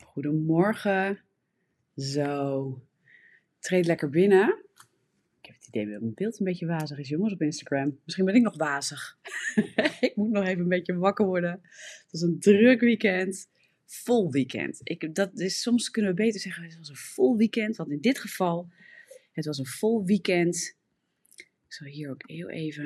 Goedemorgen. Zo, treed lekker binnen. Ik heb het idee dat mijn beeld een beetje wazig is, jongens, op Instagram. Misschien ben ik nog wazig. Ik moet nog even een beetje wakker worden. Het was een druk weekend. Vol weekend. Soms kunnen we beter zeggen, het was een vol weekend. Want in dit geval, het was een vol weekend. Ik zal hier ook heel even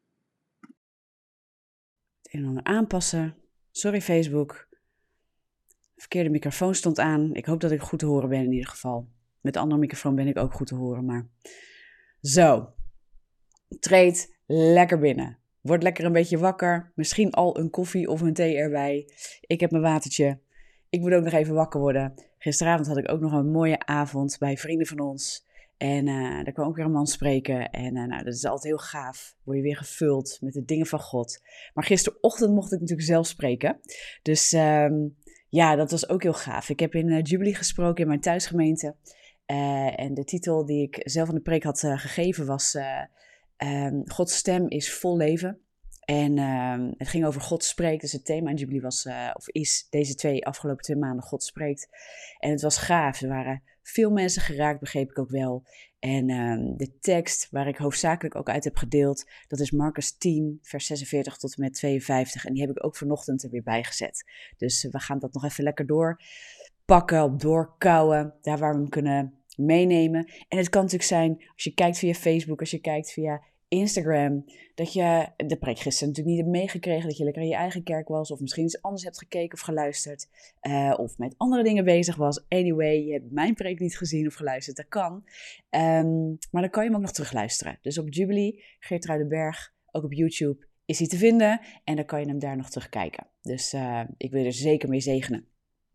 het een en ander aanpassen. Sorry Facebook. De verkeerde microfoon stond aan. Ik hoop dat ik goed te horen ben in ieder geval. Met de andere microfoon ben ik ook goed te horen, maar... Zo. Treed lekker binnen. Word lekker een beetje wakker. Misschien al een koffie of een thee erbij. Ik heb mijn watertje. Ik moet ook nog even wakker worden. Gisteravond had ik ook nog een mooie avond bij vrienden van ons. En daar kwam ook weer een man spreken. En dat is altijd heel gaaf. Word je weer gevuld met de dingen van God. Maar gisterochtend mocht ik natuurlijk zelf spreken. Dus... ja, dat was ook heel gaaf. Ik heb in Jubilee gesproken in mijn thuisgemeente. En de titel die ik zelf aan de preek had gegeven was... Gods stem is vol leven. En het ging over God spreekt. Dus het thema in Jubilee was, is deze afgelopen 2 maanden God spreekt. En het was gaaf. Er waren veel mensen geraakt, begreep ik ook wel. En de tekst waar ik hoofdzakelijk ook uit heb gedeeld, dat is Marcus 10, vers 46 tot en met 52. En die heb ik ook vanochtend er weer bij gezet. Dus we gaan dat nog even lekker doorpakken, doorkouwen, daar waar we hem kunnen meenemen. En het kan natuurlijk zijn, als je kijkt via Facebook, als je kijkt via Instagram, dat je de preek gisteren natuurlijk niet hebt meegekregen, dat je lekker in je eigen kerk was, of misschien iets anders hebt gekeken of geluisterd, of met andere dingen bezig was. Anyway, je hebt mijn preek niet gezien of geluisterd, dat kan. Maar dan kan je hem ook nog terugluisteren. Dus op Jubilee, Geertruidenberg, ook op YouTube, is hij te vinden en dan kan je hem daar nog terugkijken. Dus ik wil je er zeker mee zegenen.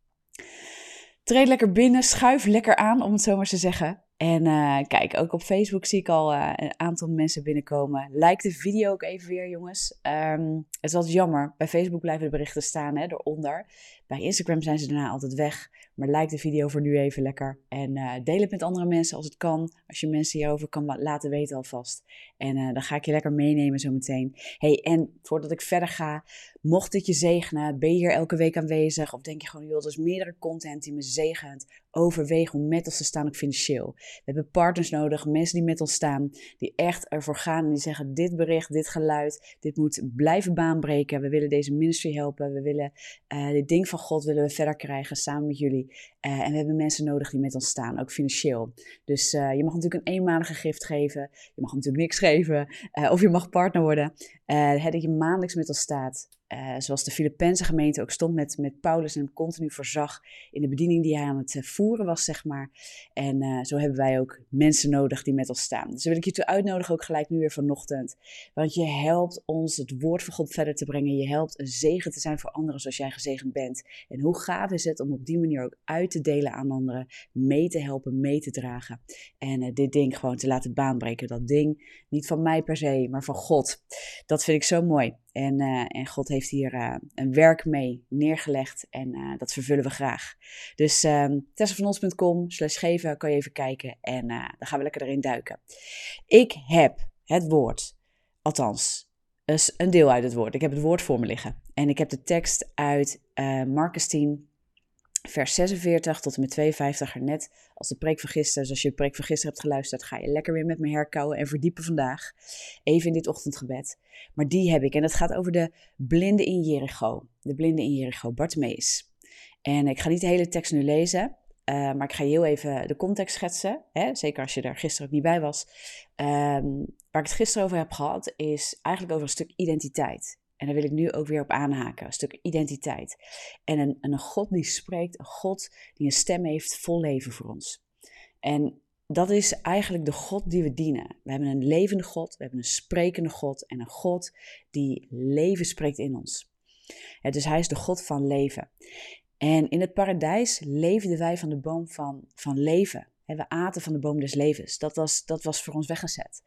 Treed lekker binnen, schuif lekker aan, om het zo maar te zeggen. En kijk, ook op Facebook zie ik al een aantal mensen binnenkomen. Like de video ook even weer, jongens. Het is altijd jammer. Bij Facebook blijven de berichten staan, hè, eronder. Bij Instagram zijn ze daarna altijd weg. Maar like de video voor nu even lekker. En deel het met andere mensen als het kan. Als je mensen hierover kan laten weten alvast. En dan ga ik je lekker meenemen zometeen. Hey, en voordat ik verder ga, mocht dit je zegenen, ben je hier elke week aanwezig? Of denk je gewoon, joh, er is meerdere content die me zegent. Overweeg om met ons te staan, ook financieel. We hebben partners nodig, mensen die met ons staan, die echt ervoor gaan en die zeggen, dit bericht, dit geluid, dit moet blijven baanbreken. We willen deze ministry helpen, we willen dit ding van God willen we verder krijgen samen met jullie. En we hebben mensen nodig die met ons staan, ook financieel. Dus je mag natuurlijk een eenmalige gift geven, je mag natuurlijk niks geven, of je mag partner worden. Dat je maandelijks met ons staat. Zoals de Filipijnse gemeente ook stond met Paulus en hem continu voorzag in de bediening die hij aan het voeren was, zeg maar. En zo hebben wij ook mensen nodig die met ons staan. Dus wil ik je toe uitnodigen, ook gelijk nu weer vanochtend. Want je helpt ons het woord van God verder te brengen. Je helpt een zegen te zijn voor anderen zoals jij gezegend bent. En hoe gaaf is het om op die manier ook uit te delen aan anderen. Mee te helpen, mee te dragen. En dit ding gewoon te laten baanbreken. Dat ding, niet van mij per se, maar van God. Dat vind ik zo mooi. En God heeft hier een werk mee neergelegd en dat vervullen we graag. Dus tessavanons.com/geven kan je even kijken en dan gaan we lekker erin duiken. Ik heb het woord, althans een deel uit het woord. Ik heb het woord voor me liggen en ik heb de tekst uit Marcus 10, vers 46 tot en met 52 net als de preek van gisteren. Dus als je de preek van gisteren hebt geluisterd, ga je lekker weer met me herkauwen en verdiepen vandaag. Even in dit ochtendgebed. Maar die heb ik. En dat gaat over de blinde in Jericho. De blinde in Jericho, Bartimeus. En ik ga niet de hele tekst nu lezen. Maar ik ga je heel even de context schetsen. Hè? Zeker als je er gisteren ook niet bij was. Waar ik het gisteren over heb gehad, is eigenlijk over een stuk identiteit. En daar wil ik nu ook weer op aanhaken, een stuk identiteit. En een God die spreekt, een God die een stem heeft vol leven voor ons. En dat is eigenlijk de God die we dienen. We hebben een levende God, we hebben een sprekende God en een God die leven spreekt in ons. Dus hij is de God van leven. En in het paradijs leefden wij van de boom van leven. We aten van de boom des levens. Dat was voor ons weggezet.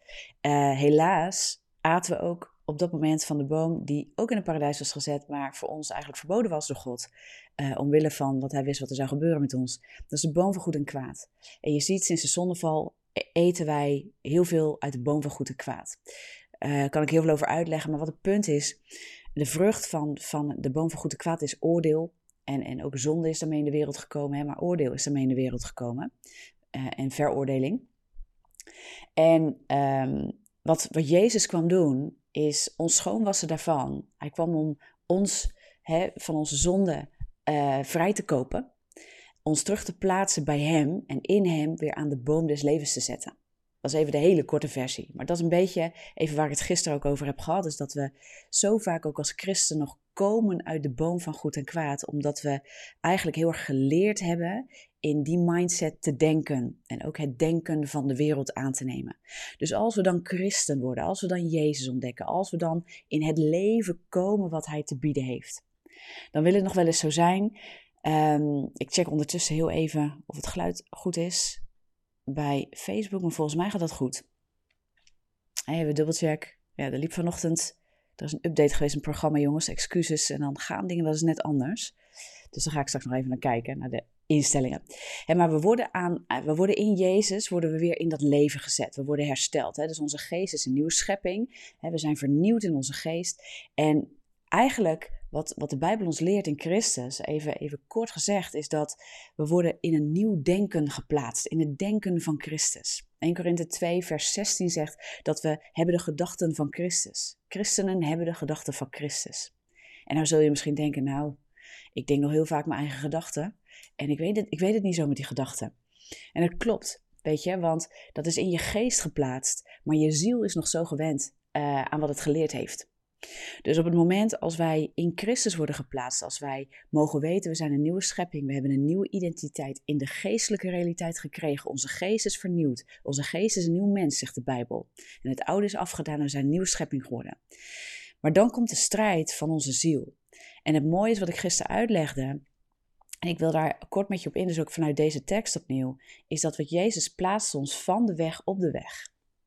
Helaas aten we ook op dat moment van de boom die ook in het paradijs was gezet, maar voor ons eigenlijk verboden was door God. Omwille van wat hij wist wat er zou gebeuren met ons. Dat is de boom van goed en kwaad. En je ziet, sinds de zondeval eten wij heel veel uit de boom van goed en kwaad. Kan ik heel veel over uitleggen, maar wat het punt is, de vrucht van de boom van goed en kwaad is oordeel, En ook zonde is daarmee in de wereld gekomen, hè, maar oordeel is daarmee in de wereld gekomen. En veroordeling. En wat Jezus kwam doen, is ons schoonwassen daarvan. Hij kwam om ons van onze zonde vrij te kopen. Ons terug te plaatsen bij hem en in hem weer aan de boom des levens te zetten. Dat is even de hele korte versie. Maar dat is een beetje even waar ik het gisteren ook over heb gehad. Is dat we zo vaak ook als christen nog komen uit de boom van goed en kwaad. Omdat we eigenlijk heel erg geleerd hebben in die mindset te denken. En ook het denken van de wereld aan te nemen. Dus als we dan christen worden, als we dan Jezus ontdekken. Als we dan in het leven komen wat hij te bieden heeft. Dan wil het nog wel eens zo zijn. Ik check ondertussen heel even of het geluid goed is bij Facebook, maar volgens mij gaat dat goed. Even dubbelcheck. Ja, er liep vanochtend, er is een update geweest in het programma, jongens, excuses. En dan gaan dingen wel eens net anders. Dus dan ga ik straks nog even naar kijken, naar de instellingen. Maar we worden in Jezus, worden we weer in dat leven gezet. We worden hersteld. Dus onze geest is een nieuwe schepping. We zijn vernieuwd in onze geest. En eigenlijk wat de Bijbel ons leert in Christus, even kort gezegd, is dat we worden in een nieuw denken geplaatst. In het denken van Christus. 1 Korinthe 2 vers 16 zegt dat we hebben de gedachten van Christus. Christenen hebben de gedachten van Christus. En nou zul je misschien denken, nou, ik denk nog heel vaak mijn eigen gedachten. En ik weet het niet zo met die gedachten. En dat klopt, weet je, want dat is in je geest geplaatst. Maar je ziel is nog zo gewend aan wat het geleerd heeft. Dus op het moment als wij in Christus worden geplaatst, als wij mogen weten, we zijn een nieuwe schepping, we hebben een nieuwe identiteit in de geestelijke realiteit gekregen. Onze geest is vernieuwd. Onze geest is een nieuw mens, zegt de Bijbel. En het oude is afgedaan en we zijn een nieuwe schepping geworden. Maar dan komt de strijd van onze ziel. En het mooie is wat ik gisteren uitlegde, en ik wil daar kort met je op in, dus ook vanuit deze tekst opnieuw, is dat wat Jezus plaatst ons van de weg op de weg.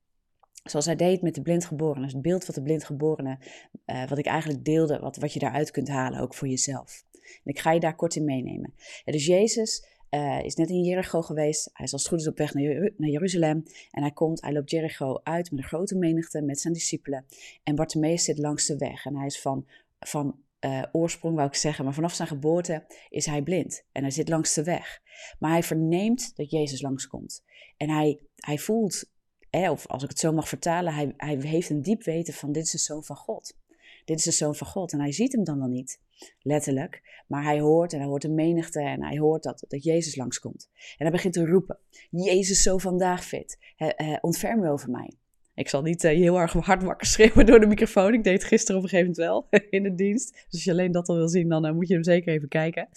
Zoals hij deed met de blindgeborene. Dus het beeld wat de blindgeborene, wat ik eigenlijk deelde, wat je daaruit kunt halen, ook voor jezelf. En ik ga je daar kort in meenemen. Dus Jezus is net in Jericho geweest. Hij is als het goed is op weg naar Jeruzalem. En hij loopt Jericho uit met een grote menigte, met zijn discipelen. En Bartimaeus zit langs de weg. En hij is van oorsprong, wou ik zeggen, maar vanaf zijn geboorte is hij blind. En hij zit langs de weg. Maar hij verneemt dat Jezus langskomt. En hij voelt, of als ik het zo mag vertalen, hij heeft een diep weten van dit is de Zoon van God. Dit is de Zoon van God. En hij ziet hem dan wel niet, letterlijk. Maar hij hoort de menigte en hij hoort dat Jezus langskomt. En hij begint te roepen, Jezus, Zoon van David, ontferm u over mij. Ik zal niet heel erg hard wakker schreeuwen door de microfoon. Ik deed het gisteren op een gegeven moment wel in de dienst. Dus als je alleen dat al wil zien, dan moet je hem zeker even kijken.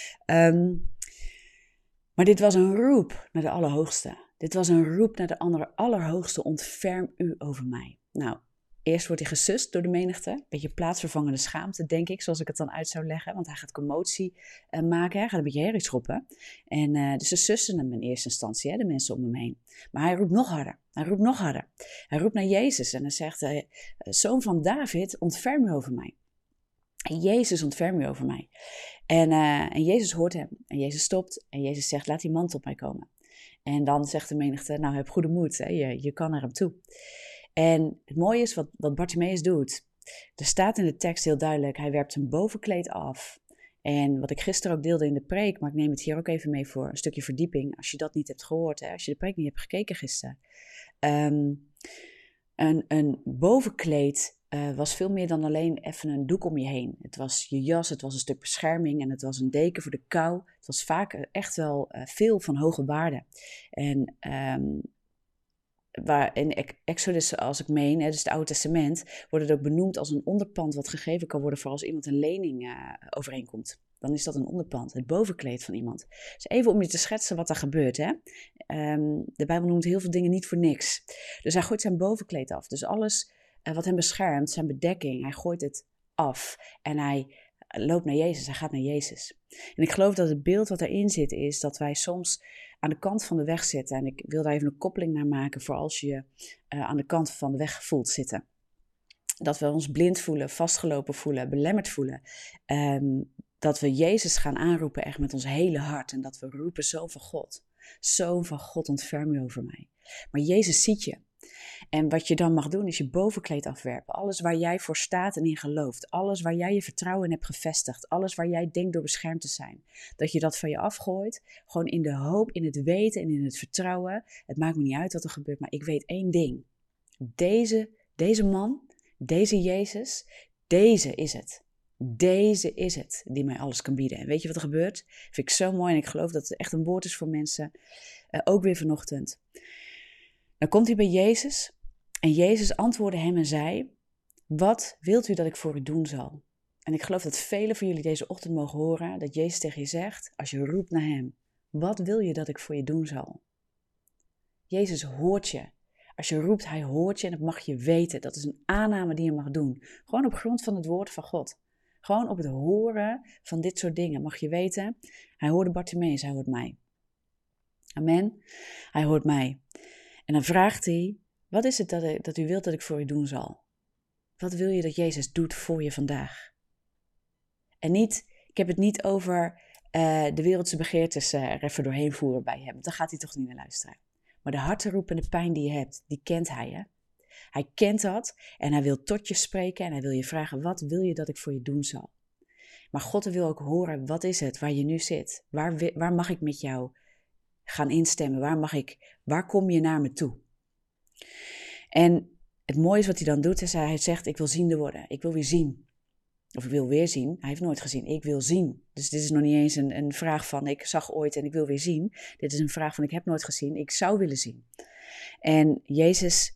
Maar dit was een roep naar de Allerhoogste. Dit was een roep naar de Allerhoogste, ontferm u over mij. Nou, eerst wordt hij gesust door de menigte. Een beetje plaatsvervangende schaamte, denk ik, zoals ik het dan uit zou leggen. Want hij gaat commotie maken, hij gaat een beetje herrie schoppen. En dus ze sussen hem in eerste instantie, de mensen om hem heen. Maar hij roept nog harder, hij roept nog harder. Hij roept naar Jezus en hij zegt, Zoon van David, ontferm u over mij. En Jezus, ontferm u over mij. En Jezus hoort hem en Jezus stopt en Jezus zegt, laat die man tot mij komen. En dan zegt de menigte, nou heb goede moed, je kan naar hem toe. En het mooie is wat Bartimaeus doet. Er staat in de tekst heel duidelijk, hij werpt zijn bovenkleed af. En wat ik gisteren ook deelde in de preek, maar ik neem het hier ook even mee voor een stukje verdieping. Als je dat niet hebt gehoord, als je de preek niet hebt gekeken gisteren. Een bovenkleed was veel meer dan alleen even een doek om je heen. Het was je jas, het was een stuk bescherming en het was een deken voor de kou. Het was vaak echt wel veel van hoge waarde. En waar in Exodus, als ik meen, dus het Oude Testament, wordt het ook benoemd als een onderpand wat gegeven kan worden voor als iemand een lening overeenkomt. Dan is dat een onderpand, het bovenkleed van iemand. Dus even om je te schetsen wat er gebeurt. De Bijbel noemt heel veel dingen niet voor niks. Dus hij gooit zijn bovenkleed af. Dus alles wat hem beschermt, zijn bedekking, hij gooit het af. En hij loopt naar Jezus, hij gaat naar Jezus. En ik geloof dat het beeld wat erin zit is dat wij soms aan de kant van de weg zitten. En ik wil daar even een koppeling naar maken voor als je je aan de kant van de weg voelt zitten. Dat we ons blind voelen, vastgelopen voelen, belemmerd voelen. Dat we Jezus gaan aanroepen echt met ons hele hart. En dat we roepen, Zoon van God. Zoon van God, ontferm u over mij. Maar Jezus ziet je. En wat je dan mag doen is je bovenkleed afwerpen. Alles waar jij voor staat en in gelooft. Alles waar jij je vertrouwen in hebt gevestigd. Alles waar jij denkt door beschermd te zijn. Dat je dat van je afgooit. Gewoon in de hoop, in het weten en in het vertrouwen. Het maakt me niet uit wat er gebeurt, maar ik weet één ding. Deze man, deze Jezus, deze is het. Deze is het die mij alles kan bieden. En weet je wat er gebeurt? Vind ik zo mooi en ik geloof dat het echt een woord is voor mensen. Ook weer vanochtend. Dan komt hij bij Jezus en Jezus antwoordde hem en zei: wat wilt u dat ik voor u doen zal? En ik geloof dat velen van jullie deze ochtend mogen horen dat Jezus tegen je zegt, als je roept naar hem: wat wil je dat ik voor je doen zal? Jezus hoort je. Als je roept, hij hoort je en dat mag je weten. Dat is een aanname die je mag doen. Gewoon op grond van het woord van God. Gewoon op het horen van dit soort dingen mag je weten. Hij hoorde Bartimaeus, hij hoort mij. Amen. Hij hoort mij. En dan vraagt hij: wat is het dat u wilt dat ik voor u doen zal? Wat wil je dat Jezus doet voor je vandaag? En ik heb het niet over de wereldse begeertes er even doorheen voeren bij hem. Daar gaat hij toch niet naar luisteren. Maar de harteroep en de pijn die je hebt, die kent hij. Hè? Hij kent dat en hij wil tot je spreken en hij wil je vragen: wat wil je dat ik voor je doen zal? Maar God wil ook horen: wat is het waar je nu zit? Waar mag ik met jou gaan instemmen? Waar kom je naar me toe? En het mooie is wat hij dan doet, is hij zegt: ik wil ziende worden, ik wil weer zien. Of ik wil weer zien, hij heeft nooit gezien, ik wil zien. Dus dit is nog niet eens een vraag van ik zag ooit en ik wil weer zien. Dit is een vraag van ik heb nooit gezien, ik zou willen zien. En Jezus,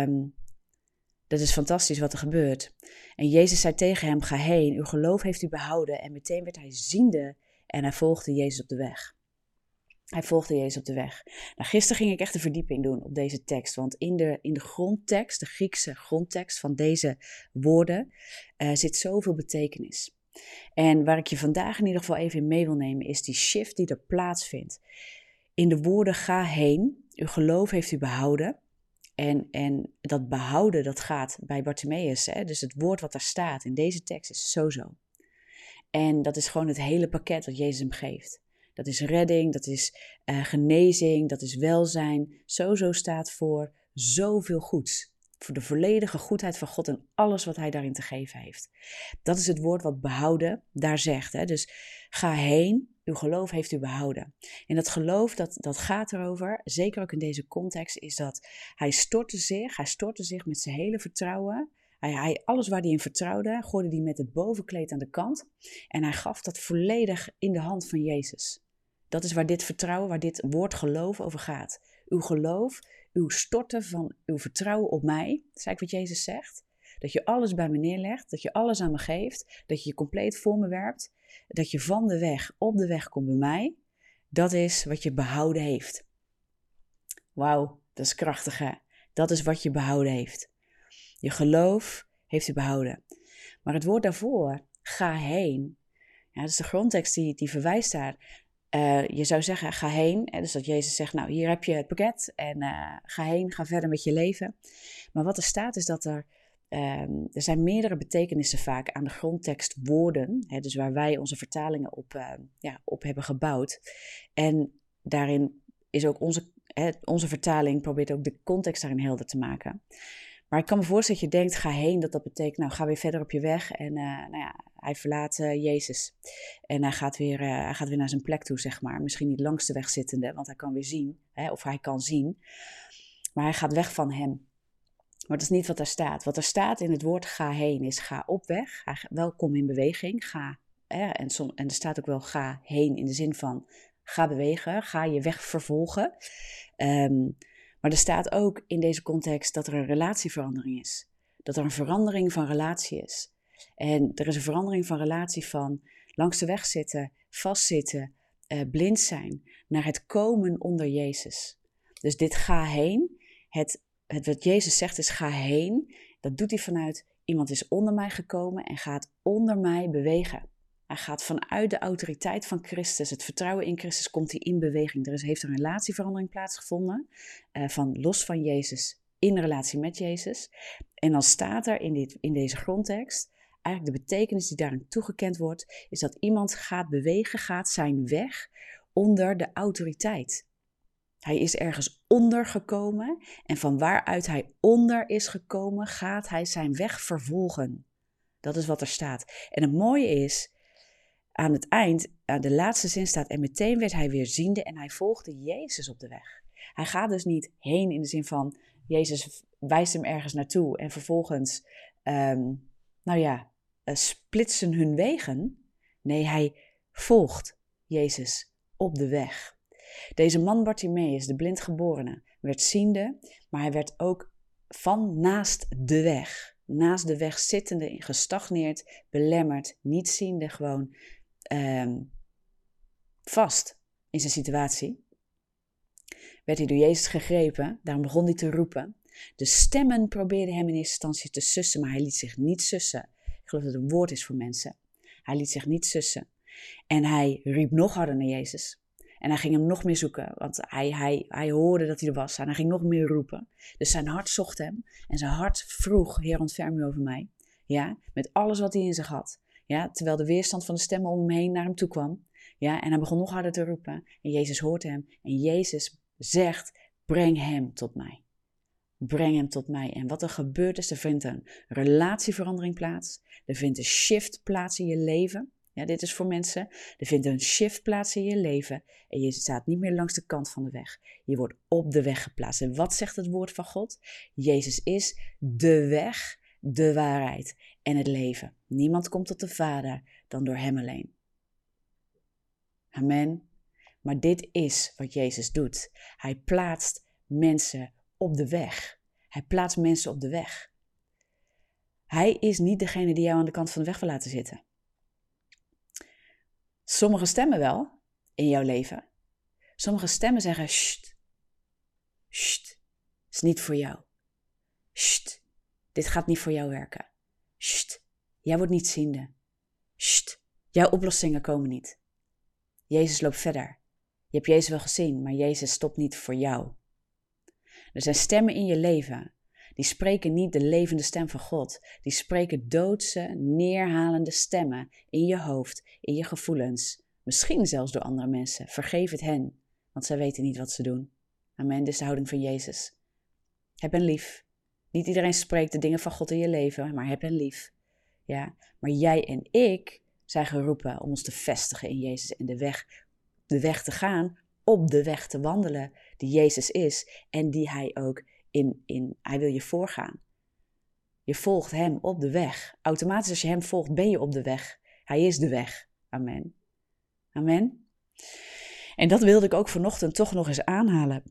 dat is fantastisch wat er gebeurt. En Jezus zei tegen hem: ga heen, uw geloof heeft u behouden. En meteen werd hij ziende en hij volgde Jezus op de weg. Hij volgde Jezus op de weg. Nou, gisteren ging ik echt een verdieping doen op deze tekst. Want in de grondtekst, de Griekse grondtekst van deze woorden, zit zoveel betekenis. En waar ik je vandaag in ieder geval even in mee wil nemen, is die shift die er plaatsvindt. In de woorden ga heen, uw geloof heeft u behouden. En dat behouden, dat gaat bij Bartimaeus. Hè? Dus het woord wat daar staat in deze tekst is sozo. En dat is gewoon het hele pakket wat Jezus hem geeft. Dat is redding, dat is genezing, dat is welzijn. Sozo staat voor zoveel goeds. Voor de volledige goedheid van God en alles wat hij daarin te geven heeft. Dat is het woord wat behouden daar zegt. Hè? Dus ga heen, uw geloof heeft u behouden. En dat geloof, dat gaat erover, zeker ook in deze context, is dat hij stortte zich met zijn hele vertrouwen. Alles waar hij in vertrouwde, gooide hij met het bovenkleed aan de kant. En hij gaf dat volledig in de hand van Jezus. Dat is waar dit vertrouwen, waar dit woord geloof over gaat. Uw geloof, uw storten van uw vertrouwen op mij. Dat is eigenlijk wat Jezus zegt. Dat je alles bij me neerlegt, dat je alles aan me geeft, dat je je compleet voor me werpt. Dat je van de weg op de weg komt bij mij. Dat is wat je behouden heeft. Wauw, dat is krachtig hè. Dat is wat je behouden heeft. Je geloof heeft u behouden. Maar het woord daarvoor, ga heen. Ja, dat is de grondtekst die verwijst daar. Je zou zeggen, ga heen. Dus dat Jezus zegt, nou hier heb je het pakket en ga heen, ga verder met je leven. Maar wat er staat is dat er zijn meerdere betekenissen vaak aan de grondtekst woorden. Hè, dus waar wij onze vertalingen op hebben gebouwd. En daarin is ook onze vertaling probeert ook de context daarin helder te maken. Maar ik kan me voorstellen dat je denkt, ga heen, dat betekent, nou ga weer verder op je weg. En hij verlaat Jezus. En hij gaat weer naar zijn plek toe, zeg maar. Misschien niet langs de weg zittende, want hij kan weer zien. Of hij kan zien. Maar hij gaat weg van hem. Maar dat is niet wat daar staat. Wat er staat in het woord ga heen is ga op weg. Welkom in beweging. Ga. En er staat ook wel ga heen in de zin van ga bewegen. Ga je weg vervolgen. Maar er staat ook in deze context dat er een relatieverandering is. Dat er een verandering van relatie is. En er is een verandering van relatie van langs de weg zitten, vastzitten, blind zijn, naar het komen onder Jezus. Dus dit ga heen, wat Jezus zegt is ga heen, dat doet hij vanuit iemand is onder mij gekomen en gaat onder mij bewegen. Hij gaat vanuit de autoriteit van Christus, het vertrouwen in Christus, komt hij in beweging. Heeft een relatieverandering plaatsgevonden, van los van Jezus in relatie met Jezus. En dan staat er in deze grondtekst, eigenlijk de betekenis die daarin toegekend wordt, is dat iemand gaat bewegen, gaat zijn weg onder de autoriteit. Hij is ergens onder gekomen en van waaruit hij onder is gekomen, gaat hij zijn weg vervolgen. Dat is wat er staat. En het mooie is, aan het eind, aan de laatste zin staat, en meteen werd hij weer ziende en hij volgde Jezus op de weg. Hij gaat dus niet heen in de zin van, Jezus wijst hem ergens naartoe en vervolgens, splitsen hun wegen. Nee, hij volgt Jezus op de weg. Deze man Bartimaeus, de blindgeborene, werd ziende, maar hij werd ook van naast de weg zittende, gestagneerd, belemmerd, niet ziende, gewoon vast in zijn situatie. Werd hij door Jezus gegrepen, daarom begon hij te roepen. De stemmen probeerden hem in eerste instantie te sussen, maar hij liet zich niet sussen. Ik geloof dat het een woord is voor mensen. Hij liet zich niet sussen. En hij riep nog harder naar Jezus. En hij ging hem nog meer zoeken, want hij hoorde dat hij er was. En hij ging nog meer roepen. Dus zijn hart zocht hem. En zijn hart vroeg, Heer, ontferm u over mij. Ja, met alles wat hij in zich had. Ja, terwijl de weerstand van de stemmen om hem heen naar hem toe kwam. Ja, en hij begon nog harder te roepen. En Jezus hoort hem. En Jezus zegt, breng hem tot mij. Breng hem tot mij. En wat er gebeurt is, er vindt een relatieverandering plaats. Er vindt een shift plaats in je leven. Ja, dit is voor mensen. Er vindt een shift plaats in je leven. En je staat niet meer langs de kant van de weg. Je wordt op de weg geplaatst. En wat zegt het woord van God? Jezus is de weg, de waarheid en het leven. Niemand komt tot de Vader dan door hem alleen. Amen. Maar dit is wat Jezus doet. Hij plaatst mensen op de weg. Hij plaatst mensen op de weg. Hij is niet degene die jou aan de kant van de weg wil laten zitten. Sommige stemmen wel in jouw leven. Sommige stemmen zeggen, sst, sst, is niet voor jou. Sst, dit gaat niet voor jou werken. Sst, jij wordt niet ziende. Sst, jouw oplossingen komen niet. Jezus loopt verder. Je hebt Jezus wel gezien, maar Jezus stopt niet voor jou. Er zijn stemmen in je leven, die spreken niet de levende stem van God. Die spreken doodse, neerhalende stemmen in je hoofd, in je gevoelens. Misschien zelfs door andere mensen. Vergeef het hen, want zij weten niet wat ze doen. Amen, dit is de houding van Jezus. Heb hen lief. Niet iedereen spreekt de dingen van God in je leven, maar heb hen lief. Ja, maar jij en ik zijn geroepen om ons te vestigen in Jezus en de weg te gaan, op de weg te wandelen die Jezus is en die hij ook hij wil je voorgaan. Je volgt hem op de weg. Automatisch als je hem volgt ben je op de weg. Hij is de weg. Amen. Amen. En dat wilde ik ook vanochtend toch nog eens aanhalen.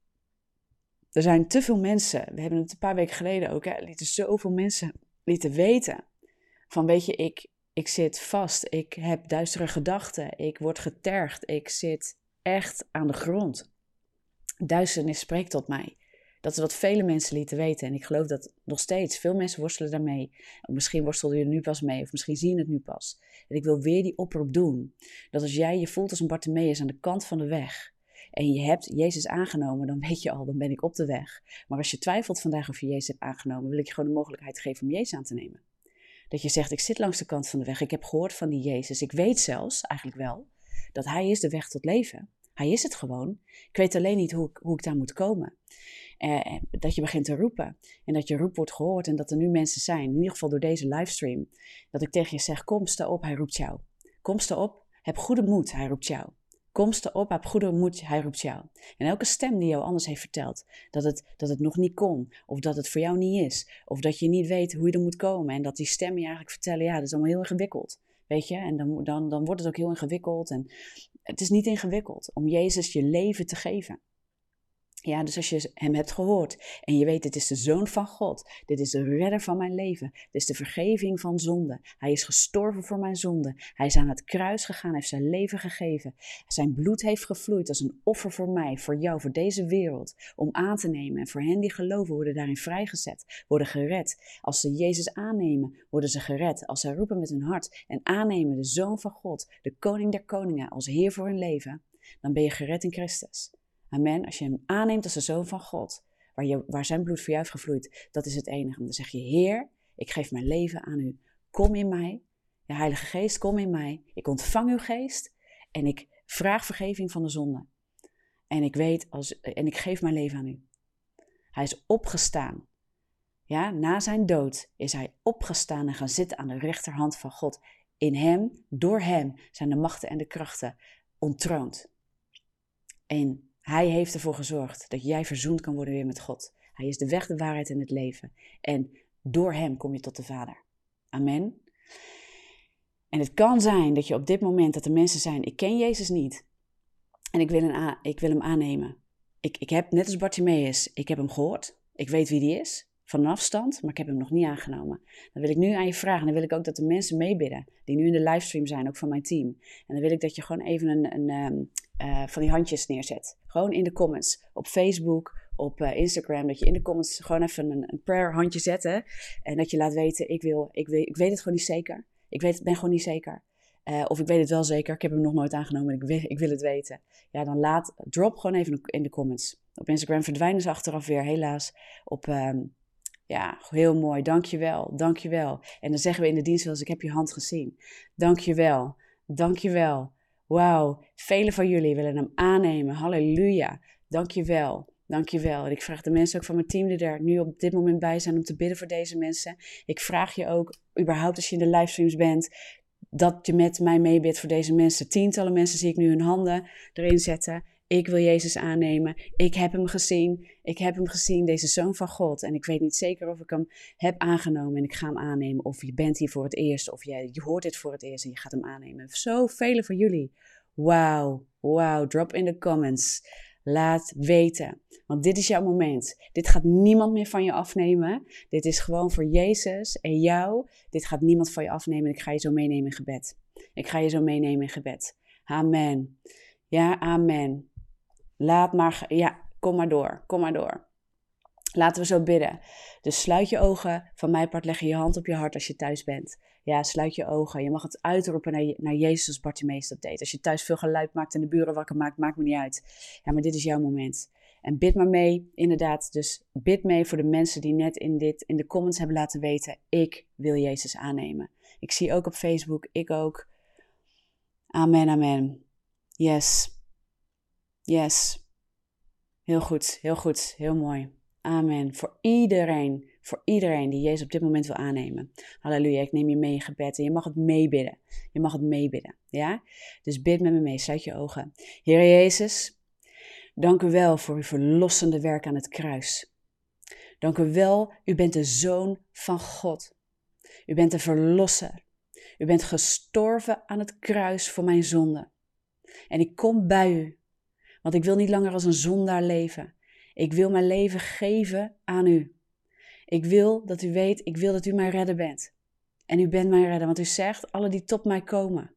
Er zijn te veel mensen, we hebben het een paar weken geleden ook, lieten zoveel mensen weten van weet je, ik zit vast, ik heb duistere gedachten, ik word getergd, ik zit echt aan de grond. Duisternis spreekt tot mij. Dat is wat vele mensen lieten weten en ik geloof dat nog steeds veel mensen worstelen daarmee. Of misschien worstel je er nu pas mee of misschien zie je het nu pas. En ik wil weer die oproep doen, dat als jij je voelt als een Bartimaeus aan de kant van de weg en je hebt Jezus aangenomen, dan weet je al, dan ben ik op de weg. Maar als je twijfelt vandaag of je Jezus hebt aangenomen, wil ik je gewoon de mogelijkheid geven om Jezus aan te nemen. Dat je zegt, ik zit langs de kant van de weg, ik heb gehoord van die Jezus. Ik weet zelfs, eigenlijk wel, dat hij is de weg tot leven. Hij is het gewoon. Ik weet alleen niet hoe ik daar moet komen. Dat je begint te roepen. En dat je roep wordt gehoord. En dat er nu mensen zijn, in ieder geval door deze livestream. Dat ik tegen je zeg, kom, sta op, hij roept jou. Kom, sta op, heb goede moed, hij roept jou. Kom, sta op, heb goede moed, hij roept jou. En elke stem die jou anders heeft verteld, dat het nog niet kon. Of dat het voor jou niet is. Of dat je niet weet hoe je er moet komen. En dat die stemmen je eigenlijk vertellen, ja, dat is allemaal heel ingewikkeld. Weet je, en dan wordt het ook heel ingewikkeld. En het is niet ingewikkeld om Jezus je leven te geven. Ja, dus als je hem hebt gehoord en je weet, dit is de Zoon van God, dit is de redder van mijn leven, dit is de vergeving van zonde. Hij is gestorven voor mijn zonde. Hij is aan het kruis gegaan, heeft zijn leven gegeven. Zijn bloed heeft gevloeid als een offer voor mij, voor jou, voor deze wereld, om aan te nemen. En voor hen die geloven worden daarin vrijgezet, worden gered. Als ze Jezus aannemen, worden ze gered. Als zij roepen met hun hart en aannemen de Zoon van God, de Koning der Koningen, als Heer voor hun leven, dan ben je gered in Christus. Amen. Als je hem aanneemt als de Zoon van God, waar zijn bloed voor jou heeft gevloeid, dat is het enige. Dan zeg je, Heer, ik geef mijn leven aan u. Kom in mij. Ja, Heilige Geest, kom in mij. Ik ontvang uw geest en ik vraag vergeving van de zonde. En ik geef mijn leven aan u. Hij is opgestaan. Ja, na zijn dood is hij opgestaan en gaan zitten aan de rechterhand van God. In hem, door hem, zijn de machten en de krachten ontroond. En hij heeft ervoor gezorgd dat jij verzoend kan worden weer met God. Hij is de weg, de waarheid en het leven. En door hem kom je tot de Vader. Amen. En het kan zijn dat je op dit moment, dat er mensen zijn, ik ken Jezus niet. En ik wil hem aannemen. Ik heb, net als Bartimaeus, ik heb hem gehoord. Ik weet wie die is, van een afstand, maar ik heb hem nog niet aangenomen. Dan wil ik nu aan je vragen, en dan wil ik ook dat de mensen meebidden, die nu in de livestream zijn, ook van mijn team. En dan wil ik dat je gewoon even van die handjes neerzet. Gewoon in de comments, op Facebook, op Instagram, dat je in de comments gewoon even een prayer handje zet. Hè? En dat je laat weten, ik weet het gewoon niet zeker. Ben gewoon niet zeker. Of ik weet het wel zeker, ik heb hem nog nooit aangenomen en ik wil het weten. Ja, dan drop gewoon even in de comments. Op Instagram verdwijnen ze achteraf weer, helaas. Heel mooi, dankjewel. En dan zeggen we in de dienst wel eens, ik heb je hand gezien. Dankjewel. Wauw, velen van jullie willen hem aannemen. Halleluja, dankjewel. En ik vraag de mensen ook van mijn team die er nu op dit moment bij zijn om te bidden voor deze mensen. Ik vraag je ook, überhaupt als je in de livestreams bent, dat je met mij meebidt voor deze mensen. Tientallen mensen zie ik nu hun handen erin zetten. Ik wil Jezus aannemen. Ik heb hem gezien, deze Zoon van God. En ik weet niet zeker of ik hem heb aangenomen en ik ga hem aannemen. Of je bent hier voor het eerst, of je hoort dit voor het eerst en je gaat hem aannemen. Zo velen van jullie. Wauw. Drop in de comments. Laat weten. Want dit is jouw moment. Dit gaat niemand meer van je afnemen. Dit is gewoon voor Jezus en jou. Dit gaat niemand van je afnemen. Ik ga je zo meenemen in gebed. Amen. Ja, amen. Kom maar door. Laten we zo bidden. Dus sluit je ogen. Van mijn part leg je hand op je hart als je thuis bent. Ja, sluit je ogen. Je mag het uitroepen naar Jezus als Bartimaeus dat deed. Als je thuis veel geluid maakt en de buren wakker maakt, maakt me niet uit. Ja, maar dit is jouw moment. En bid maar mee, inderdaad. Dus bid mee voor de mensen die net in de comments hebben laten weten, ik wil Jezus aannemen. Ik zie ook op Facebook, ik ook. Amen. Yes. Heel goed, heel mooi. Amen. Voor iedereen die Jezus op dit moment wil aannemen. Halleluja, ik neem je mee in gebed en je mag het meebidden. Ja? Dus bid met me mee, sluit je ogen. Heer Jezus, dank u wel voor uw verlossende werk aan het kruis. Dank u wel, u bent de Zoon van God. U bent de Verlosser. U bent gestorven aan het kruis voor mijn zonde. En ik kom bij u, want ik wil niet langer als een zondaar leven. Ik wil mijn leven geven aan u. Ik wil dat u weet, ik wil dat u mijn redder bent. En u bent mijn redder, want u zegt, alle die tot mij komen,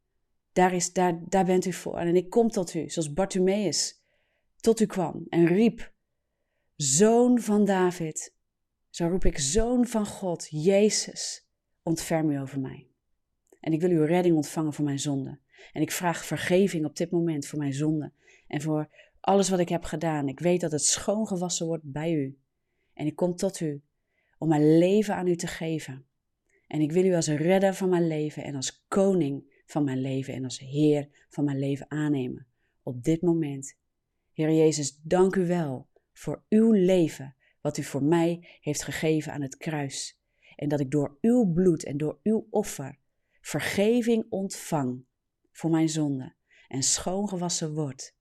daar bent u voor. En ik kom tot u, zoals Bartimaeus tot u kwam en riep, Zoon van David. Zo roep ik, Zoon van God, Jezus, ontferm u over mij. En ik wil uw redding ontvangen voor mijn zonde. En ik vraag vergeving op dit moment voor mijn zonde. En voor alles wat ik heb gedaan. Ik weet dat het schoongewassen wordt bij u. En ik kom tot u om mijn leven aan u te geven. En ik wil u als redder van mijn leven en als koning van mijn leven en als Heer van mijn leven aannemen. Op dit moment. Heer Jezus, dank u wel voor uw leven, wat u voor mij heeft gegeven aan het kruis. En dat ik door uw bloed en door uw offer vergeving ontvang voor mijn zonde en schoongewassen word.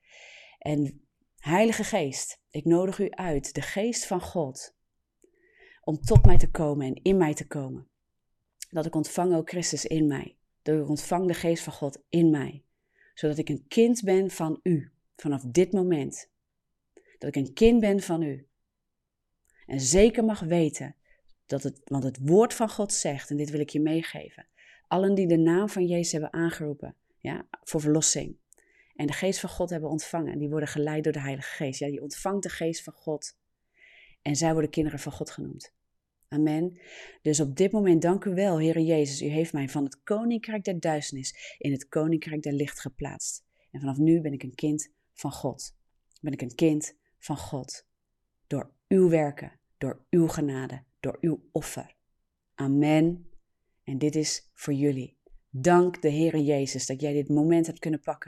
En Heilige Geest, ik nodig u uit, de Geest van God, om tot mij te komen en in mij te komen. Dat ik ontvang, o Christus, in mij. Dat ik ontvang de Geest van God in mij. Zodat ik een kind ben van u, vanaf dit moment. Dat ik een kind ben van u. En zeker mag weten, want het woord van God zegt, en dit wil ik je meegeven. Allen die de naam van Jezus hebben aangeroepen, ja, voor verlossing. En de Geest van God hebben ontvangen. Die worden geleid door de Heilige Geest. Ja, die ontvangt de Geest van God. En zij worden kinderen van God genoemd. Amen. Dus op dit moment dank u wel, Heere Jezus. U heeft mij van het koninkrijk der duisternis in het koninkrijk der licht geplaatst. En vanaf nu ben ik een kind van God. Ben ik een kind van God. Door uw werken, door uw genade, door uw offer. Amen. En dit is voor jullie. Dank de Heere Jezus dat jij dit moment hebt kunnen pakken.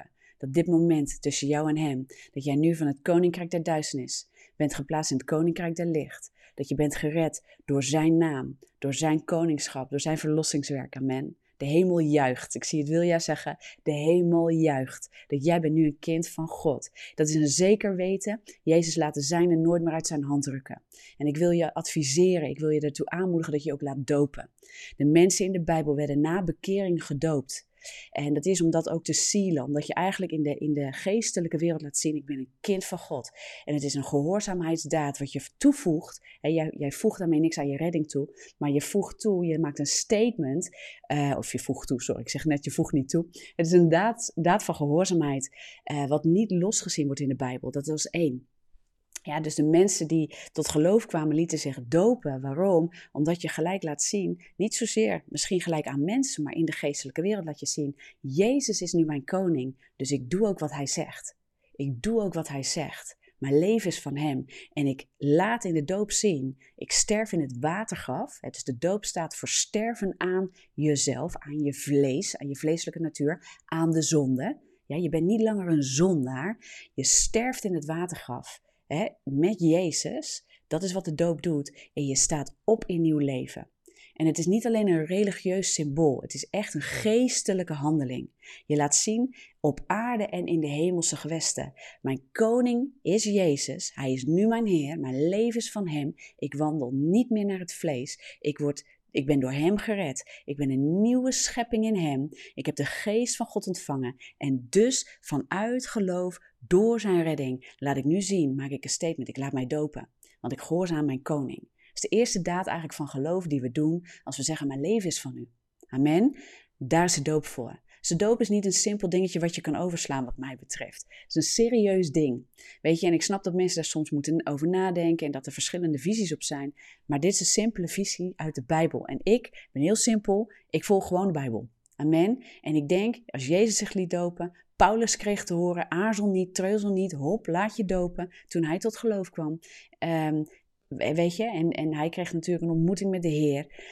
dat dit moment tussen jou en hem, dat jij nu van het koninkrijk der duisternis bent geplaatst in het koninkrijk der licht. Dat je bent gered door zijn naam, door zijn koningschap, door zijn verlossingswerk. Amen. De hemel juicht. Ik zie het Wilja zeggen. De hemel juicht. Dat jij bent nu een kind van God. Dat is een zeker weten. Jezus laat de zijne nooit meer uit zijn hand rukken. En ik wil je adviseren, ik wil je ertoe aanmoedigen dat je je ook laat dopen. De mensen in de Bijbel werden na bekering gedoopt. En dat is om dat ook te sealen, omdat je eigenlijk in de geestelijke wereld laat zien, ik ben een kind van God. En het is een gehoorzaamheidsdaad wat je toevoegt. Jij voegt daarmee niks aan je redding toe, maar je voegt toe, je maakt een statement. Of je voegt toe, sorry, ik zeg net je voegt niet toe. Het is een daad van gehoorzaamheid, wat niet losgezien wordt in de Bijbel. Dat is 1. Ja, dus de mensen die tot geloof kwamen lieten zich dopen. Waarom? Omdat je gelijk laat zien, niet zozeer misschien gelijk aan mensen, maar in de geestelijke wereld laat je zien, Jezus is nu mijn koning, dus ik doe ook wat hij zegt. Ik doe ook wat hij zegt. Mijn leven is van hem en ik laat in de doop zien, ik sterf in het watergraf. Dus de doop staat voor sterven aan jezelf, aan je vlees, aan je vleeselijke natuur, aan de zonde. Ja, je bent niet langer een zondaar, je sterft in het watergraf. Met Jezus, dat is wat de doop doet. En je staat op in nieuw leven. En het is niet alleen een religieus symbool. Het is echt een geestelijke handeling. Je laat zien op aarde en in de hemelse gewesten. Mijn koning is Jezus. Hij is nu mijn Heer. Mijn leven is van hem. Ik wandel niet meer naar het vlees. Ik ben door hem gered. Ik ben een nieuwe schepping in hem. Ik heb de geest van God ontvangen. En dus vanuit geloof, door zijn redding, laat ik nu zien, maak ik een statement. Ik laat mij dopen. Want ik gehoorzaam mijn koning. Dat is de eerste daad eigenlijk van geloof die we doen als we zeggen, mijn leven is van u. Amen. Daar is de doop voor. Dus de doop is niet een simpel dingetje wat je kan overslaan wat mij betreft. Het is een serieus ding. Weet je, en ik snap dat mensen daar soms moeten over nadenken en dat er verschillende visies op zijn. Maar dit is een simpele visie uit de Bijbel. En ik ben heel simpel, ik volg gewoon de Bijbel. Amen. En ik denk, als Jezus zich liet dopen, Paulus kreeg te horen, aarzel niet, treuzel niet, hop, laat je dopen. Toen hij tot geloof kwam. Weet je, en hij kreeg natuurlijk een ontmoeting met de Heer.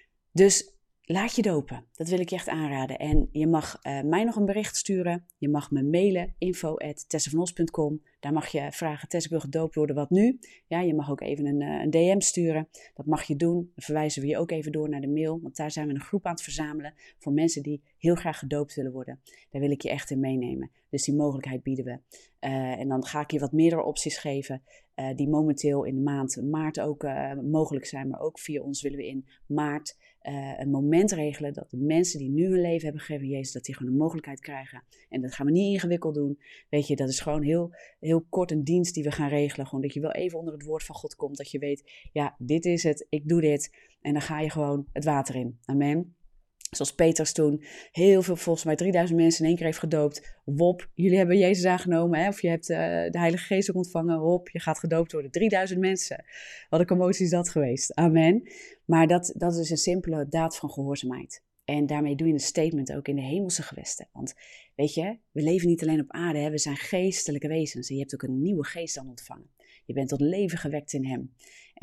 Dus laat je dopen. Dat wil ik je echt aanraden. En je mag mij nog een bericht sturen. Je mag me mailen, info@tessavanos.com. Daar mag je vragen, Tess, ik wil gedoopt worden, wat nu? Ja, je mag ook even een DM sturen. Dat mag je doen. Dan verwijzen we je ook even door naar de mail. Want daar zijn we een groep aan het verzamelen voor mensen die heel graag gedoopt willen worden. Daar wil ik je echt in meenemen. Dus die mogelijkheid bieden we. En dan ga ik je wat meerdere opties geven. Die momenteel in de maand maart ook mogelijk zijn. Maar ook via ons willen we in maart een moment regelen dat de mensen die nu hun leven hebben gegeven aan Jezus, dat die gewoon een mogelijkheid krijgen. En dat gaan we niet ingewikkeld doen. Weet je, dat is gewoon heel kort een dienst die we gaan regelen. Gewoon dat je wel even onder het woord van God komt. Dat je weet, ja, dit is het, ik doe dit. En dan ga je gewoon het water in. Amen. Zoals Petrus toen heel veel, volgens mij 3000 mensen in één keer heeft gedoopt. Wop, jullie hebben Jezus aangenomen, hè? Of je hebt de Heilige Geest ook ontvangen. Hop, je gaat gedoopt worden. 3000 mensen. Wat een commotie is dat geweest. Amen. Maar dat is een simpele daad van gehoorzaamheid. En daarmee doe je een statement ook in de hemelse gewesten. Want weet je, we leven niet alleen op aarde, hè? We zijn geestelijke wezens. En je hebt ook een nieuwe geest dan ontvangen. Je bent tot leven gewekt in hem.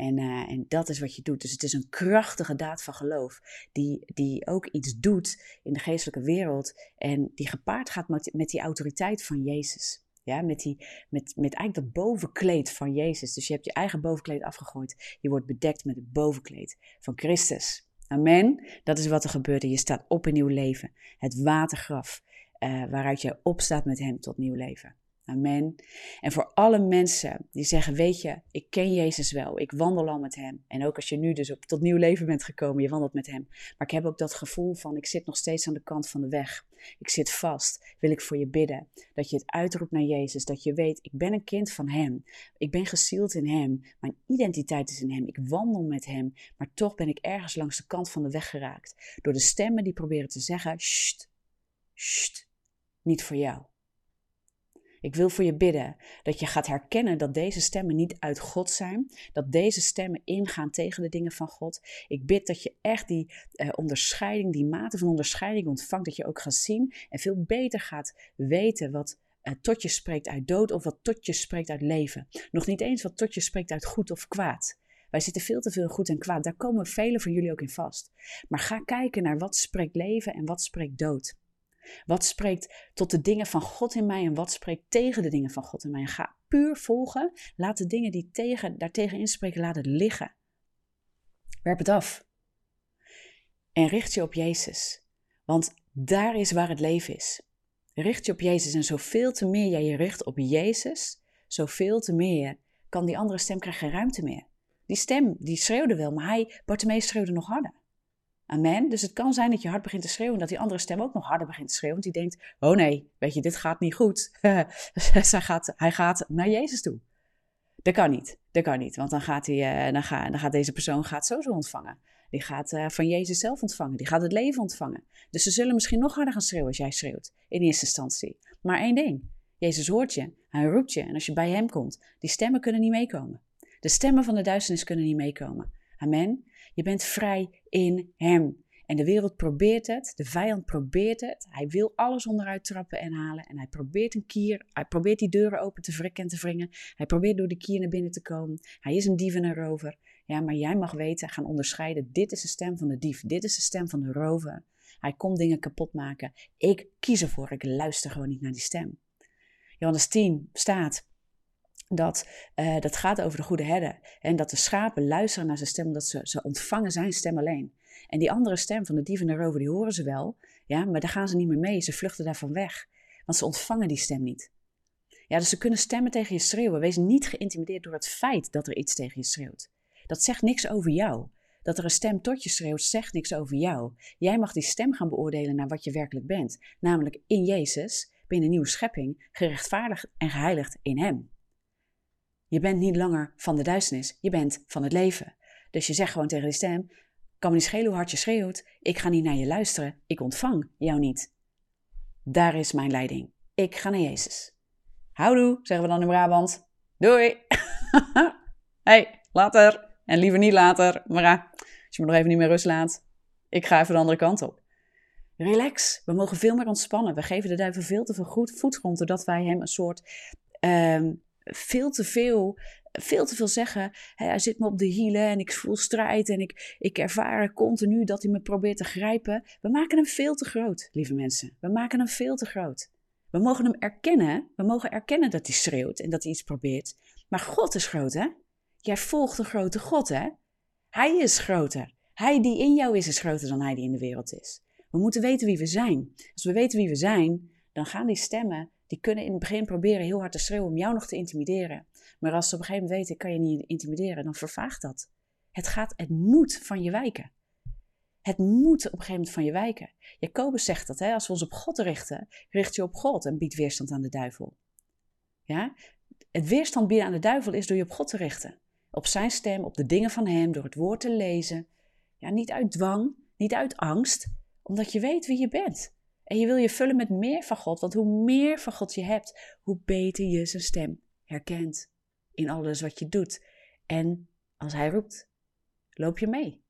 En dat is wat je doet. Dus het is een krachtige daad van geloof. Die ook iets doet in de geestelijke wereld. En die gepaard gaat met die autoriteit van Jezus. Ja, met eigenlijk dat bovenkleed van Jezus. Dus je hebt je eigen bovenkleed afgegooid. Je wordt bedekt met het bovenkleed van Christus. Amen. Dat is wat er gebeurt. En je staat op in nieuw leven. Het watergraf. Waaruit je opstaat met hem tot nieuw leven. Amen. En voor alle mensen die zeggen, weet je, ik ken Jezus wel, ik wandel al met hem. En ook als je nu dus tot nieuw leven bent gekomen, je wandelt met hem. Maar ik heb ook dat gevoel van, ik zit nog steeds aan de kant van de weg. Ik zit vast, wil ik voor je bidden. Dat je het uitroept naar Jezus, dat je weet, ik ben een kind van hem. Ik ben gezield in hem, mijn identiteit is in hem. Ik wandel met hem, maar toch ben ik ergens langs de kant van de weg geraakt. Door de stemmen die proberen te zeggen, sst, sst, niet voor jou. Ik wil voor je bidden dat je gaat herkennen dat deze stemmen niet uit God zijn. Dat deze stemmen ingaan tegen de dingen van God. Ik bid dat je echt die onderscheiding, die mate van onderscheiding ontvangt. Dat je ook gaat zien en veel beter gaat weten wat tot je spreekt uit dood of wat tot je spreekt uit leven. Nog niet eens wat tot je spreekt uit goed of kwaad. Wij zitten veel te veel in goed en kwaad. Daar komen velen van jullie ook in vast. Maar ga kijken naar wat spreekt leven en wat spreekt dood. Wat spreekt tot de dingen van God in mij en wat spreekt tegen de dingen van God in mij? Ga puur volgen. Laat de dingen die daartegen inspreken, laat het liggen. Werp het af. En richt je op Jezus. Want daar is waar het leven is. Richt je op Jezus en zoveel te meer jij je richt op Jezus, zoveel te meer kan die andere stem krijgen geen ruimte meer. Die stem, die schreeuwde wel, maar Bartimeus schreeuwde nog harder. Amen. Dus het kan zijn dat je hard begint te schreeuwen en dat die andere stem ook nog harder begint te schreeuwen. Want die denkt, oh nee, weet je, dit gaat niet goed. Hij gaat naar Jezus toe. Dat kan niet, want dan gaat deze persoon sowieso ontvangen. Die gaat van Jezus zelf ontvangen, die gaat het leven ontvangen. Dus ze zullen misschien nog harder gaan schreeuwen als jij schreeuwt, in eerste instantie. Maar één ding, Jezus hoort je, hij roept je en als je bij hem komt, die stemmen kunnen niet meekomen. De stemmen van de duisternis kunnen niet meekomen. Amen. Je bent vrij in hem. En de wereld probeert het, de vijand probeert het. Hij wil alles onderuit trappen en halen. En hij probeert hij probeert die deuren open te wrikken en te wringen. Hij probeert door de kier naar binnen te komen. Hij is een dief en een rover. Ja, maar jij mag weten, gaan onderscheiden. Dit is de stem van de dief, dit is de stem van de rover. Hij komt dingen kapot maken. Ik kies ervoor, ik luister gewoon niet naar die stem. Johannes 10 staat dat gaat over de goede herder. En dat de schapen luisteren naar zijn stem, omdat ze ontvangen zijn stem alleen. En die andere stem van de dief en de rover, die horen ze wel. Ja, maar daar gaan ze niet meer mee. Ze vluchten daarvan weg. Want ze ontvangen die stem niet. Ja, dus ze kunnen stemmen tegen je schreeuwen. Wees niet geïntimideerd door het feit dat er iets tegen je schreeuwt. Dat zegt niks over jou. Dat er een stem tot je schreeuwt, zegt niks over jou. Jij mag die stem gaan beoordelen naar wat je werkelijk bent. Namelijk in Jezus, ben je een nieuwe schepping, gerechtvaardigd en geheiligd in hem. Je bent niet langer van de duisternis, je bent van het leven. Dus je zegt gewoon tegen die stem, kan me niet schelen hoe hard je schreeuwt, ik ga niet naar je luisteren, ik ontvang jou niet. Daar is mijn leiding. Ik ga naar Jezus. Houdoe, zeggen we dan in Brabant. Doei. Hey, later. En liever niet later, maar als je me nog even niet meer rust laat, ik ga even de andere kant op. Relax, we mogen veel meer ontspannen. We geven de duivel veel te veel voetgrond, doordat wij hem een soort veel te veel zeggen. Hij zit me op de hielen en ik voel strijd en ik ervaar continu dat hij me probeert te grijpen. We maken hem veel te groot, lieve mensen. We maken hem veel te groot. We mogen hem erkennen. We mogen erkennen dat hij schreeuwt en dat hij iets probeert. Maar God is groot, hè? Jij volgt een grote God, hè? Hij is groter. Hij die in jou is groter dan hij die in de wereld is. We moeten weten wie we zijn. Als we weten wie we zijn, dan gaan die stemmen, die kunnen in het begin proberen heel hard te schreeuwen om jou nog te intimideren. Maar als ze op een gegeven moment weten, ik kan je niet intimideren, dan vervaagt dat. Het moet van je wijken. Het moet op een gegeven moment van je wijken. Jacobus zegt dat, hè? Als we ons op God richten, richt je op God en biedt weerstand aan de duivel. Ja? Het weerstand bieden aan de duivel is door je op God te richten. Op zijn stem, op de dingen van hem, door het woord te lezen. Ja, niet uit dwang, niet uit angst, omdat je weet wie je bent. En je wil je vullen met meer van God, want hoe meer van God je hebt, hoe beter je zijn stem herkent in alles wat je doet. En als hij roept, loop je mee.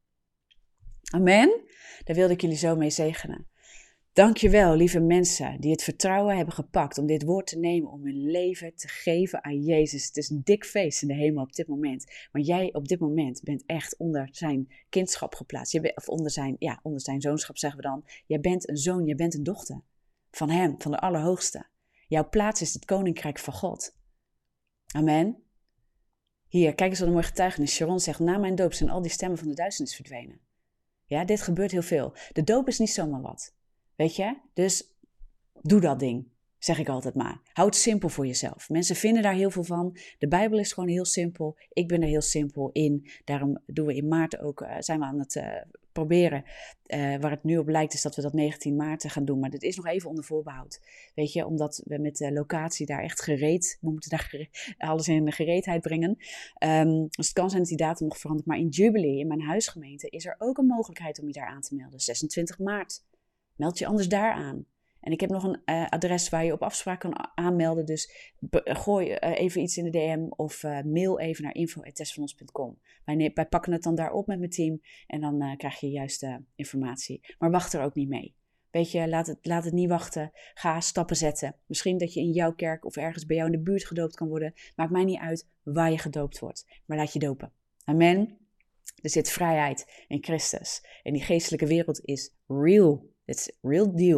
Amen. Daar wilde ik jullie zo mee zegenen. Dankjewel, lieve mensen die het vertrouwen hebben gepakt om dit woord te nemen, om hun leven te geven aan Jezus. Het is een dik feest in de hemel op dit moment. Want jij op dit moment bent echt onder zijn kindschap geplaatst. Of onder zijn zoonschap zeggen we dan. Jij bent een zoon, jij bent een dochter van hem, van de Allerhoogste. Jouw plaats is het koninkrijk van God. Amen. Hier, kijk eens wat een mooi getuigenis. Sharon zegt, na mijn doop zijn al die stemmen van de duisternis verdwenen. Ja, dit gebeurt heel veel. De doop is niet zomaar wat. Weet je? Dus doe dat ding, zeg ik altijd maar. Houd het simpel voor jezelf. Mensen vinden daar heel veel van. De Bijbel is gewoon heel simpel. Ik ben er heel simpel in. Daarom doen we in maart ook, zijn we aan het proberen. Waar het nu op lijkt is dat we dat 19 maart gaan doen. Maar dit is nog even onder voorbehoud. Weet je, omdat we met de locatie daar echt we moeten daar alles in de gereedheid brengen. Dus het kan zijn dat die datum nog verandert. Maar in Jubilee, in mijn huisgemeente, is er ook een mogelijkheid om je daar aan te melden. 26 maart. Meld je anders daar aan. En ik heb nog een adres waar je op afspraak kan aanmelden. Dus gooi even iets in de DM of mail even naar info@testvanons.com. Wij pakken het dan daar op met mijn team en dan krijg je juist informatie. Maar wacht er ook niet mee. Weet je, laat het niet wachten. Ga stappen zetten. Misschien dat je in jouw kerk of ergens bij jou in de buurt gedoopt kan worden. Maakt mij niet uit waar je gedoopt wordt. Maar laat je dopen. Amen. Er zit vrijheid in Christus. En die geestelijke wereld is real. It's real deal.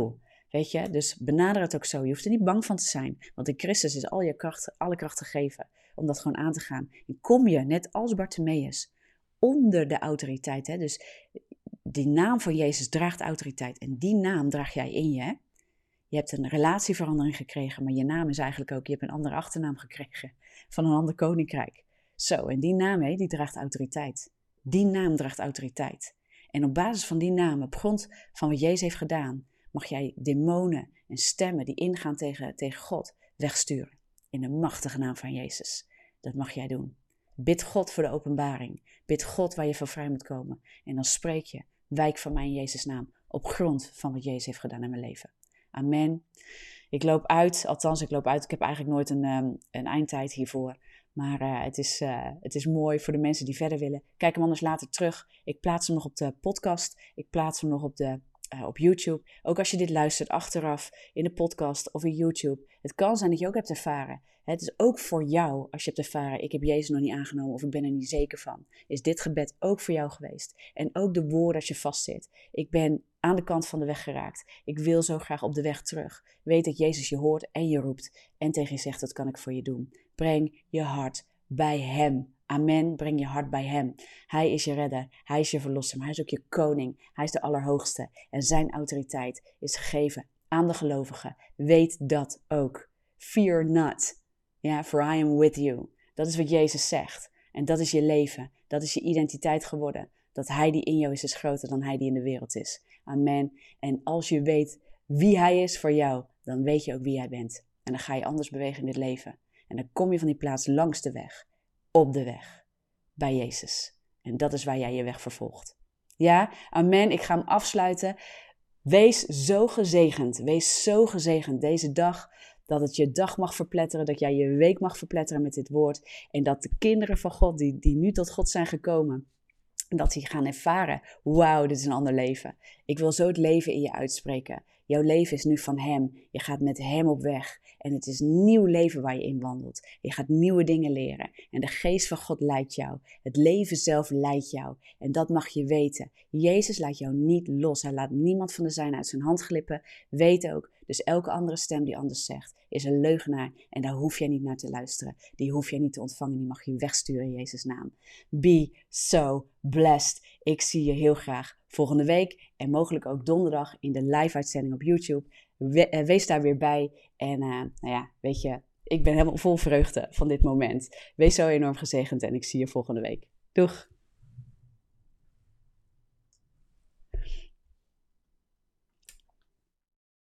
Weet je, dus benader het ook zo. Je hoeft er niet bang van te zijn. Want in Christus is al je kracht, alle kracht gegeven om dat gewoon aan te gaan. En kom je, net als Bartimaeus, onder de autoriteit. Hè? Dus die naam van Jezus draagt autoriteit. En die naam draag jij in je. Hè? Je hebt een relatieverandering gekregen, maar je naam is eigenlijk ook, je hebt een andere achternaam gekregen van een ander koninkrijk. Zo, en die naam, die draagt autoriteit. Die naam draagt autoriteit. En op basis van die naam, op grond van wat Jezus heeft gedaan, mag jij demonen en stemmen die ingaan tegen God wegsturen. In de machtige naam van Jezus. Dat mag jij doen. Bid God voor de openbaring. Bid God waar je van vrij moet komen. En dan spreek je, wijk van mij in Jezus' naam, op grond van wat Jezus heeft gedaan in mijn leven. Amen. Ik loop uit. Ik heb eigenlijk nooit een eindtijd hiervoor. Maar het is mooi voor de mensen die verder willen. Kijk hem anders later terug. Ik plaats hem nog op de podcast. Ik plaats hem nog op YouTube. Ook als je dit luistert achteraf in de podcast of in YouTube. Het kan zijn dat je ook hebt ervaren. Het is ook voor jou als je hebt ervaren, ik heb Jezus nog niet aangenomen of ik ben er niet zeker van. Is dit gebed ook voor jou geweest? En ook de woorden als je vastzit. Ik ben aan de kant van de weg geraakt. Ik wil zo graag op de weg terug. Weet dat Jezus je hoort en je roept en tegen je zegt, dat kan ik voor je doen. Breng je hart bij Hem. Amen, breng je hart bij Hem. Hij is je redder, Hij is je verlosser, maar Hij is ook je koning. Hij is de Allerhoogste en zijn autoriteit is gegeven aan de gelovigen. Weet dat ook. Fear not, for I am with you. Dat is wat Jezus zegt. En dat is je leven, dat is je identiteit geworden. Dat Hij die in jou is groter dan Hij die in de wereld is. Amen. En als je weet wie Hij is voor jou, dan weet je ook wie jij bent. En dan ga je anders bewegen in dit leven. En dan kom je van die plaats langs de weg. Op de weg. Bij Jezus. En dat is waar jij je weg vervolgt. Ja, amen. Ik ga hem afsluiten. Wees zo gezegend. Wees zo gezegend deze dag. Dat het je dag mag verpletteren. Dat jij je week mag verpletteren met dit woord. En dat de kinderen van God die nu tot God zijn gekomen. Dat die gaan ervaren. Wauw, dit is een ander leven. Ik wil zo het leven in je uitspreken. Jouw leven is nu van Hem. Je gaat met Hem op weg. En het is een nieuw leven waar je in wandelt. Je gaat nieuwe dingen leren. En de geest van God leidt jou. Het leven zelf leidt jou. En dat mag je weten. Jezus laat jou niet los. Hij laat niemand van de zijne uit zijn hand glippen. Weet ook. Dus elke andere stem die anders zegt, is een leugenaar. En daar hoef jij niet naar te luisteren. Die hoef jij niet te ontvangen. Die mag je wegsturen in Jezus' naam. Be so blessed. Ik zie je heel graag volgende week. En mogelijk ook donderdag in de live-uitzending op YouTube. Wees daar weer bij. En weet je, ik ben helemaal vol vreugde van dit moment. Wees zo enorm gezegend en ik zie je volgende week. Doeg!